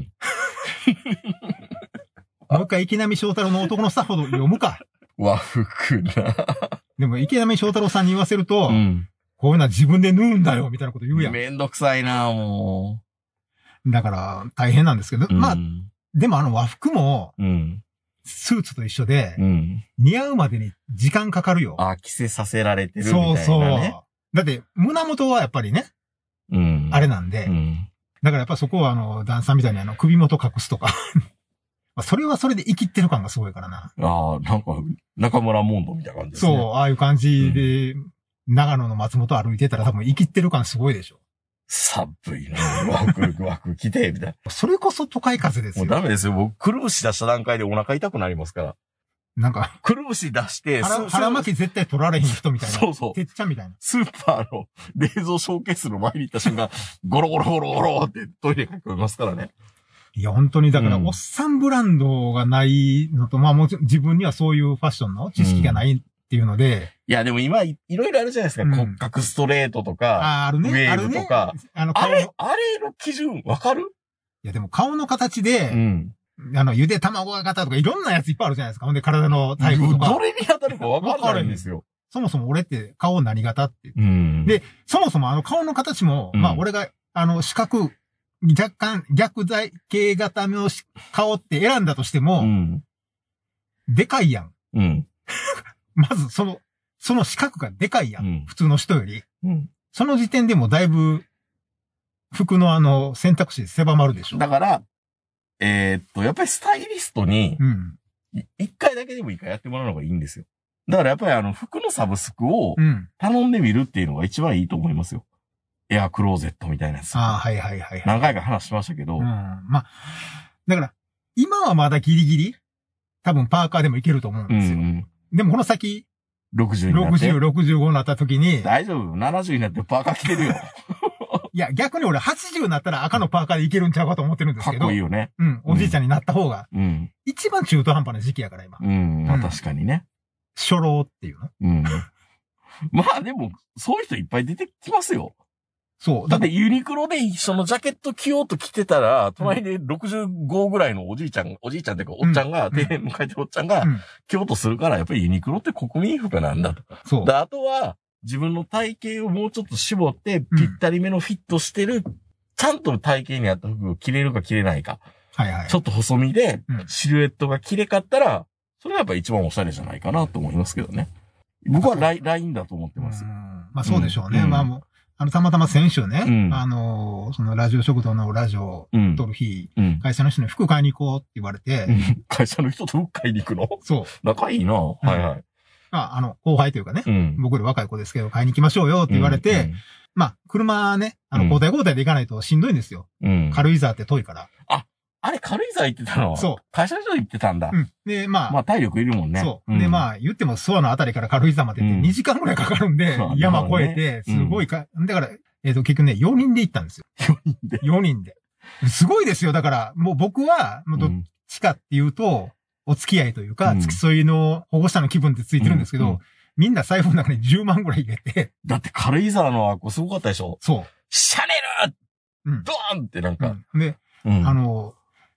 もう一回池波正太郎の男のスタッフを読むか。 和服な。 でも池波正太郎さんに言わせると、こういうのは自分で縫うんだよ、みたいなこと言うやん。 めんどくさいな、もう。だから、大変なんですけど、まあ、でも和服も、スーツと一緒で、似合うまでに時間かかるよ。 着せさせられてるみたいなね。そうそう。 だって、胸元はやっぱりね、あれなんで、だからやっぱそこはダンサーみたいに首元隠すとか。それはそれで生きってる感がすごいからな。 なんか、中村モンドみたいな感じですね。 そう、ああいう感じで、長野の松本歩いてたら多分生きってる感すごいでしょ。 寒いな和服着て、みたいな。 それこそ都会風ですよ。 もうダメですよ。僕、くるぶし出した段階でお腹痛くなりますから。 なんか、 くるぶし出して、 腹巻き絶対取られへん人みたいな。 そうそう。 てっちゃんみたいな。 スーパーの冷蔵ショーケースの前に行った瞬間、ゴロゴロゴロゴロってトイレかけますからね。 いや、本当に、だから、おっさんブランドがないのと、まあもちろん自分にはそういうファッションの知識がないっていうので。 いや、でも今、いろいろあるじゃないですか。骨格ストレートとか、 あるね。 ウェーブとか。あれの基準わかる？ いや、でも顔の形で、ゆで卵型とかいろんなやついっぱいあるじゃないですか。ほんで体のタイプとか。 どれに当たるかわかんないんですよ。 そもそも俺って顔何型って言って。で、そもそも顔の形も、まあ俺が、四角、若干逆台形型の顔って選んだとしても、でかいやん。まずその四角がでかいやん。普通の人より。その時点でもだいぶ、服の選択肢狭まるでしょ。 だから、やっぱりスタイリストに、一回だけでもいいからやってもらうのがいいんですよ。だからやっぱり服のサブスクを頼んでみるっていうのが一番いいと思いますよ。エアクローゼットみたいなやつ。 はいはいはい。 何回か話しましたけど。 まあ、だから、今はまだギリギリ、多分パーカーでもいけると思うんですよ。でもこの先、 60になって。 60、65になった時に。 大丈夫 ?70 になってパーカー着てるよ。 いや、逆に俺80になったら赤のパーカーでいけるんちゃうかと思ってるんですけど。 かっこいいよね。 おじいちゃんになった方が。一番中途半端な時期やから今。 まあ確かにね。 初老っていうの。 まあでも、そういう人いっぱい出てきますよ。 そう。 だってユニクロで一緒のジャケット着ようと着てたら、隣で65ぐらいのおじいちゃんっていうかおっちゃんが、底辺迎えてるおっちゃんが、着ようとするから、やっぱりユニクロって国民服なんだと。 そう。で、あとは、自分の体型をもうちょっと絞って、ぴったりめのフィットしてる、ちゃんと体型に合った服を着れるか着れないか。ちょっと細身で、シルエットが着れかったら、それがやっぱ一番おしゃれじゃないかなと思いますけどね。僕はラインだと思ってます。 まあそうでしょうね。まあもう。たまたま先週ね、そのラジオ食堂のラジオを撮る日、会社の人に服買いに行こうって言われて。 会社の人と服買いに行くの？ そう。 仲いいな。はいはい。 後輩というかね、僕より若い子ですけど、買いに行きましょうよって言われて、まあ、車ね、交代交代で行かないとしんどいんですよ。軽井沢って遠いから。 あれ軽井沢行ってたの？そう。会社の人行ってたんだ。で、まあ体力いるもんね。 そう。で、まあ、言っても諏訪のあたりから軽井沢までって2時間ぐらいかかるんで、山越えて、すごいだから、結局ね、4人で行ったんですよ。4人で。すごいですよ。だから、もう僕は、どっちかっていうと、お付き合いというか、付き添いの保護者の気分ってついてるんですけど、みんな財布の中に10万ぐらい入れて。 だって軽井沢のすごかったでしょ？ そう。 シャネルドーンってなんか。 で、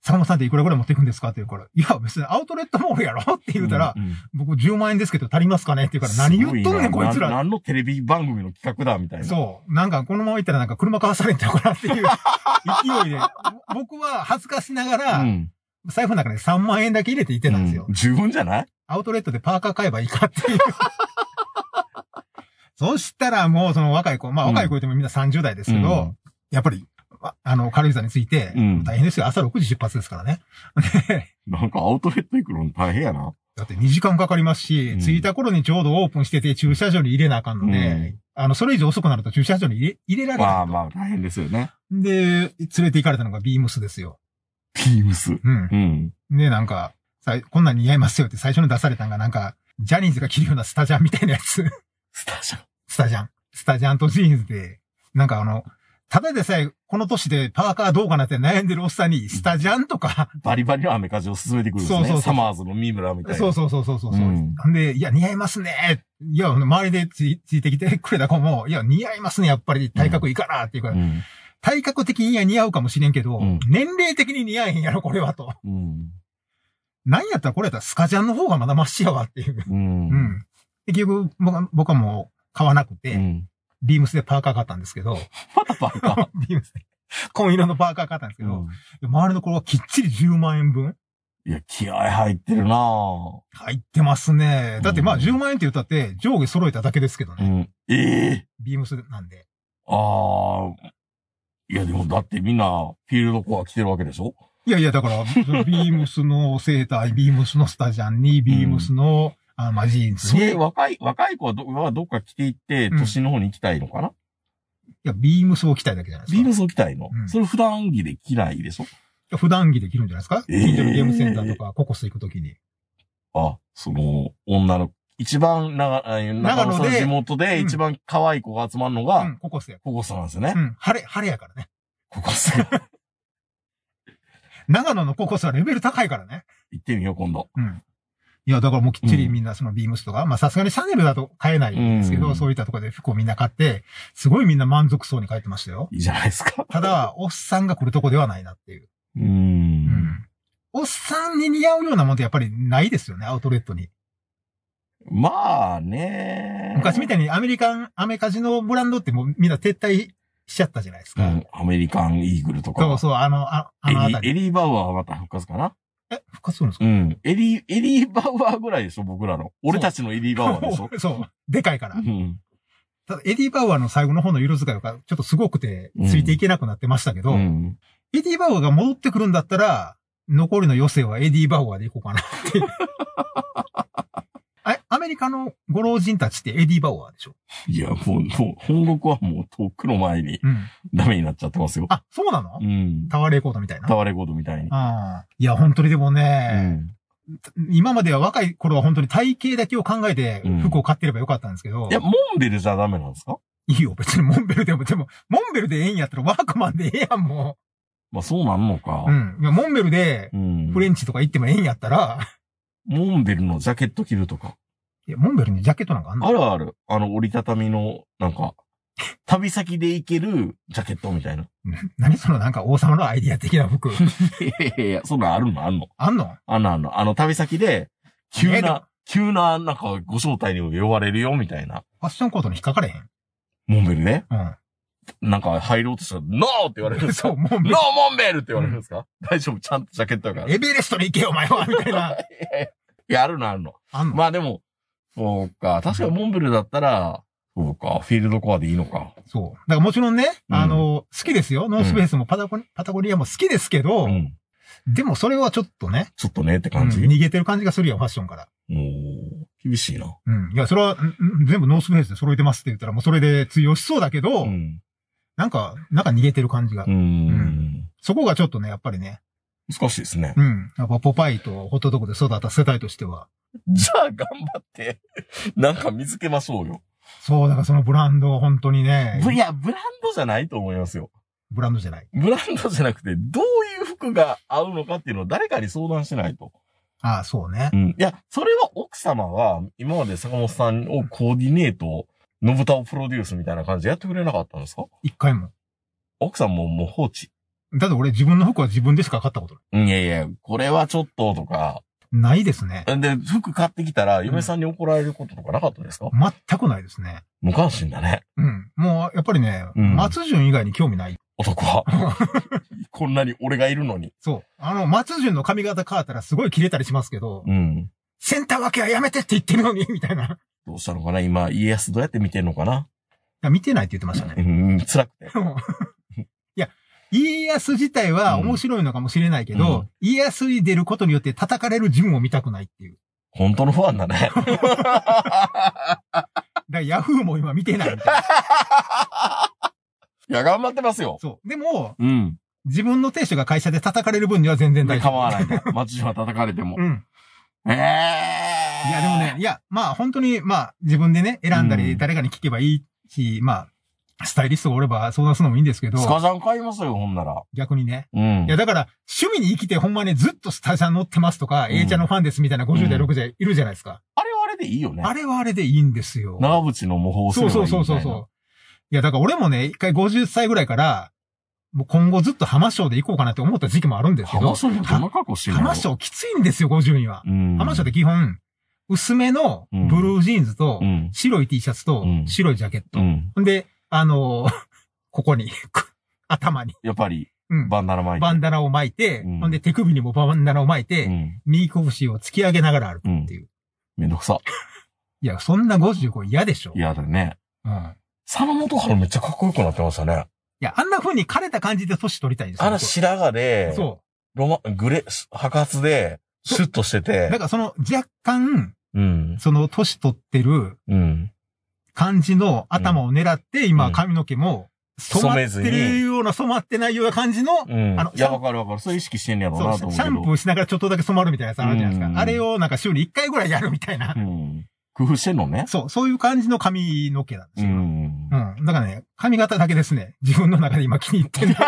坂本さんっていくらぐらい持っていくんですかって言うから、いや別にアウトレットモールやろって言うたら、僕10万円ですけど足りますかねって言うから、何言っとんねんこいつら。 何のテレビ番組の企画だみたいな。 そう。なんかこのまま行ったらなんか車買わされんちゃうかなっていう勢いで、僕は恥ずかしながら、財布の中で3万円だけ入れて行ってたんですよ。 十分じゃない？ アウトレットでパーカー買えばいいかっていう。そしたらもうその若い子、まあ若い子言ってもみんな30代ですけど、やっぱり、軽井沢について、大変ですよ。朝6時出発ですからね。 なんかアウトレット行くの大変やな。 だって2時間かかりますし、着いた頃にちょうどオープンしてて駐車場に入れなあかんので、それ以上遅くなると駐車場に入れられない。 まあまあ大変ですよね。 で、連れて行かれたのがビームスですよ。 ビームス。 で、なんか、こんなん似合いますよって最初に出されたのがなんか、ジャニーズが着るようなスタジャンみたいなやつ。 スタジャンとジーンズで、なんかただでさえ、この年でパーカーどうかなって悩んでるおっさんに、スタジャンとか。 バリバリのアメカジを進めてくるんですね。サマーズの三村みたいな。 そう。で、いや、似合いますね。いや、周りでついてきてくれた子も、いや、似合いますね。やっぱり体格いいからっていうか、体格的には似合うかもしれんけど、年齢的に似合えへんやろ、これはと。なんやったらこれやったらスカジャンの方がまだマシやわっていう。結局、僕はもう買わなくて、ビームスでパーカー買ったんですけど。 またパーカービームスで。紺色のパーカー買ったんですけど、周りの子はきっちり10万円分。 いや、気合入ってるなぁ。 入ってますね。だってまあ10万円って言ったって上下揃えただけですけどね。ビームスなんで。 いやでもだってみんなフィールドコア着てるわけでしょ？ いやいや、だから、ビームスのセーター、ビームスのスタジャンに、ビームスの、ジーンズに。 それ若い子はどっか着ていって、都心の方に行きたいのかな？ いや、ビームスを着たいだけじゃないですか。 ビームスを着たいの？それ普段着で着ないでしょ？ 普段着で着るんじゃないですか？近所のゲームセンターとか、ココス行くときに。 女の、一番長野の地元で一番可愛い子が集まるのが、 ココスや。 ココスなんですよね。 晴れやからね。 ココス。 長野のココスはレベル高いからね。 行ってみよう、今度。 いや、だからもうきっちりみんなそのビームスとか、まあさすがにシャネルだと買えないんですけど、そういったところで服をみんな買って、すごいみんな満足そうに帰ってましたよ。 いいじゃないですか。 ただ、おっさんが来るとこではないなっていう。おっさんに似合うようなもんってやっぱりないですよね、アウトレットに。 まあね。 昔みたいにアメカジのブランドってもうみんな撤退しちゃったじゃないですか。 アメリカンイーグルとか。 そう、あたり。 エリー・バウアーはまた復活かな？ 復活するんですか？ エリー・バウアーぐらいでしょ、僕らの。俺たちのエリー・バウアーでしょ。 そう。でかいから。ただ、エディ・バウアーの最後の方の色使いがちょっとすごくて、ついていけなくなってましたけど、エディ・バウアーが戻ってくるんだったら、残りの余生はエディ・バウアーでいこうかなっていう。アメリカのご老人たちってエディ・バウアーでしょ？いや、もう、本国はもうとっくの前に、ダメになっちゃってますよ。 そうなの？タワーレコードみたいな。 タワーレコードみたいに。 いや、本当にでもね、今までは若い頃は本当に体型だけを考えて服を買ってればよかったんですけど。 いや、モンベルじゃダメなんですか？ いいよ、別にモンベルでも、モンベルでええんやったらワークマンでええやん、もう。まあそうなんのか。 いや、モンベルで、フレンチとか行ってもええんやったら。 モンベルのジャケット着るとか。 いや、モンベルにジャケットなんかあんの？ ある。折りたたみの、なんか、旅先で行けるジャケットみたいな。 何そのなんか王様のアイディア的な服。 いや、そんなんあんの？ あんの？ 旅先で、急な、なんか、ご招待に呼ばれるよ、みたいな。 ファッションコートに引っかかれへん？ モンベルね。なんか入ろうとしたら、ノーって言われるんですか？モンベルって言われるんですか？大丈夫、ちゃんとジャケットだから。 エベレストに行けよ、お前はみたいな。 いや、あるの。まあでも、そうか。確かにモンベルだったら、そうか。フィールドコアでいいのか。 そう。だからもちろんね、好きですよ。ノースフェイスもパタゴニアも好きですけど、でもそれはちょっとね。 ちょっとねって感じ。 逃げてる感じがするよ、ファッションから。 厳しいな。 いや、それは、全部ノースフェイスで揃えてますって言ったら、もうそれで通用しそうだけど、なんか逃げてる感じが。そこがちょっとね、やっぱりね。 難しいですね。 やっぱポパイとホットドッグで育った世代としては。 じゃあ頑張って、なんか見つけましょうよ。 そう、だからそのブランド本当にね。 いや、ブランドじゃないと思いますよ。 ブランドじゃない。 ブランドじゃなくて、どういう服が合うのかっていうのを誰かに相談しないと。 そうね。 いや、それは奥様は、今まで坂本さんをコーディネート、のぶたをプロデュースみたいな感じでやってくれなかったんですか？ 一回も。 奥さんももう放置。 だって俺自分の服は自分でしか買ったことない。いやいや、これはちょっととか。 ないですね。 で、服買ってきたら、嫁さんに怒られることとかなかったですか？ 全くないですね。 無関心だね。 うん。もう、やっぱりね、松潤以外に興味ない。 男は。こんなに俺がいるのに。 そう。松潤の髪型変わったらすごい切れたりしますけど、センター分けはやめてって言ってるのに、みたいな。 どうしたのかな今、家康どうやって見てんのかな？ いや、見てないって言ってましたね。 辛くて。 いや、家康自体は面白いのかもしれないけど、家康に出ることによって叩かれる自分を見たくないっていう。 本当のファンだね。だからヤフーも今見てないみたいな。 いや、頑張ってますよ。 そう。でも、自分の亭主が会社で叩かれる分には全然大丈夫。 構わないね。松潤は叩かれても。いや、 でもね、まあ本当に、自分でね、選んだり、誰かに聞けばいいし、スタイリストがおれば相談するのもいいんですけど。 スカジャン買いますよ、ほんなら。 逆にね。いや、だから、趣味に生きてほんまね、ずっとスタジャン乗ってますとか、A ちゃんのファンですみたいな50代、60代いるじゃないですか。 あれはあれでいいよね。 あれはあれでいいんですよ。 長渕の模倣するのがいいみたいな。 そう。いや、だから俺もね、一回50歳ぐらいから、もう今後ずっと浜章で行こうかなって思った時期もあるんですけど。 浜章でどんな格好してるの？ 浜章きついんですよ、50には。浜章って基本、薄めのブルージーンズと、白い T シャツと、白いジャケット。んで、ここに、頭に。 やっぱり、バンダナ巻いて。 バンダナを巻いて、ほんで手首にもバンダナを巻いて、右拳を突き上げながら歩くっていう。 めんどくさ。 いや、そんな55嫌でしょ。 嫌だね。佐野元春めっちゃかっこよくなってましたね。 いや、あんな風に枯れた感じで年取りたいんですよ。 白髪で、グレ、白髪で、シュッとしてて。 だから若干、その年取ってる、感じの頭を狙って、今髪の毛も、染まってるような染まってないような感じの、 いや、わかる。そういう意識してんねやろうなと思うけど。 シャンプーしながらちょっとだけ染まるみたいなやつあるじゃないですか。あれをなんか週に1回ぐらいやるみたいな。 工夫してんのね。 そういう感じの髪の毛なんですよ。だからね、髪型だけですね。自分の中で今気に入ってる。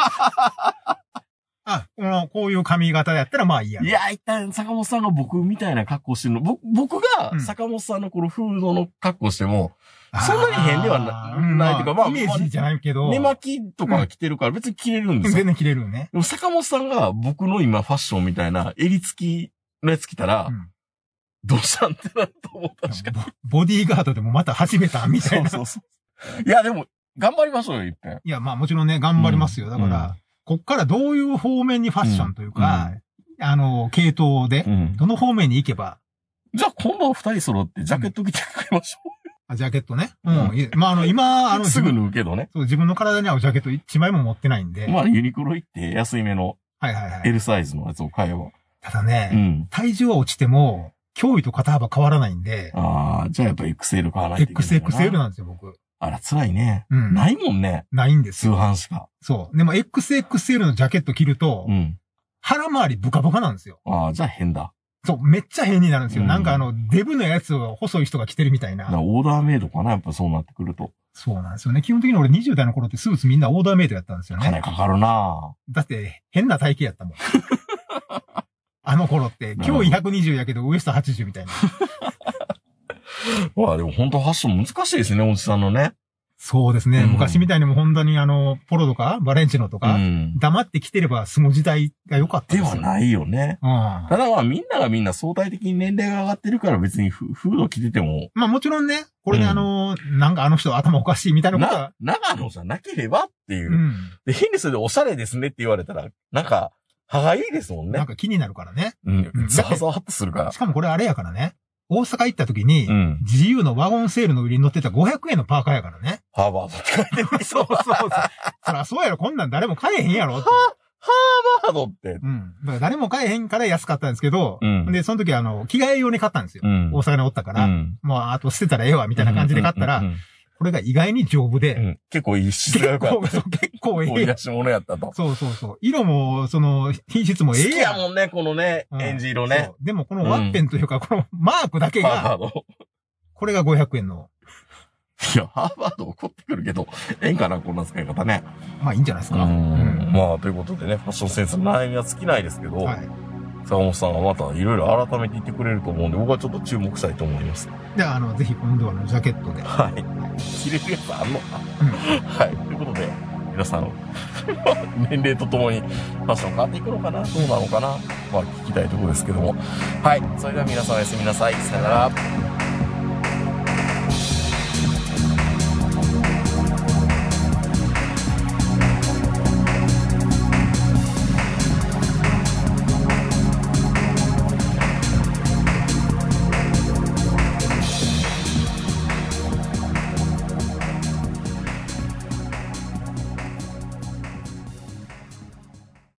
こういう髪型やったらまあいいや。 いや、一旦坂本さんが僕みたいな格好してるの。僕が坂本さんのこのフードの格好しても、そんなに変ではないというか、 イメージじゃないけど。 寝巻きとか着てるから別に着れるんですよ。 全然着れるね。 でも坂本さんが僕の今ファッションみたいな襟付きのやつ着たら、どうしたんってなると思ったんですけど。 ボディーガードでもまた始めたみたいな。 そう。いや、でも、頑張りましょうよ、一遍。 いや、もちろんね、頑張りますよ。だから、こっからどういう方面にファッションというか、系統で、どの方面に行けば。 じゃあ今度二人揃ってジャケット着てくれましょう。ジャケットね。今、 すぐ脱ぐけどね。 そう、自分の体に合うジャケット一枚も持ってないんで。 ユニクロ行って安いめの、L サイズのやつを買えば。 ただね、体重は落ちても、胸囲と肩幅変わらないんで。 じゃあやっぱ XL 買わないといけない。 XL なんですよ、僕。 あら、辛いね。ないもんね。 ないんですよ。通販しか。 そう。でも XXL のジャケット着ると、腹回りブカブカなんですよ。 じゃあ変だ。 そう、めっちゃ変になるんですよ。なんかデブのやつを細い人が着てるみたいな。 オーダーメイドかな、やっぱそうなってくると。 そうなんですよね。基本的に俺20代の頃ってスーツみんなオーダーメイドやったんですよね。 金かかるなだって変な体型やったもん。あの頃って、今日120やけどウエスト80みたいな。 でも本当ファッション難しいですね、おじさんのね。そうですね。 昔みたいにも本当にポロとか、バレンチノとか、黙って着てれば済む時代が良かったですよ。 ではないよね。ただみんながみんな相対的に年齢が上がってるから別にフード着てても。 もちろんね、これでなんかあの人頭おかしいみたいなことは。 長野じゃなければっていう。で、変にそれでおしゃれですねって言われたら、なんか、歯がいいですもんね。 なんか気になるからね。 ザワザワっとするから。 しかもこれあれやからね。大阪行った時に、自由のワゴンセールの売りに乗ってた500円のパーカーやからね。 ハーバードって書いてる。 そう。そらそうやろ、こんなん誰も買えへんやろって。 ハーバードって。 だから誰も買えへんから安かったんですけど、で、その時着替え用に買ったんですよ。大阪におったから、もうあと捨てたらええわ、みたいな感じで買ったら、これが意外に丈夫で。 結構いい質が良かった。 結構いい。 いらし物やったと。 そう。色も、品質もええやん。 好きやもんね、このね、エンジ色ね。 でもこのワッペンというか、このマークだけが、これが500円の。 いや、ハーバード怒ってくるけど、ええんかな、こんな使い方ね。 いいんじゃないですか。 ということでね、ファッションセンスの悩みは尽きないですけど、坂本さんがまたいろいろ改めて言ってくれると思うんで、僕はちょっと注目したいと思います。 じゃあ、ぜひ今度はジャケットで。 着れるやつあんのか。ということで、皆皆さん、年齢とともにファッション変わっていくのかなどうなのかなまあ聞きたいところですけども。はい。それでは皆さんおやすみなさい。さよなら。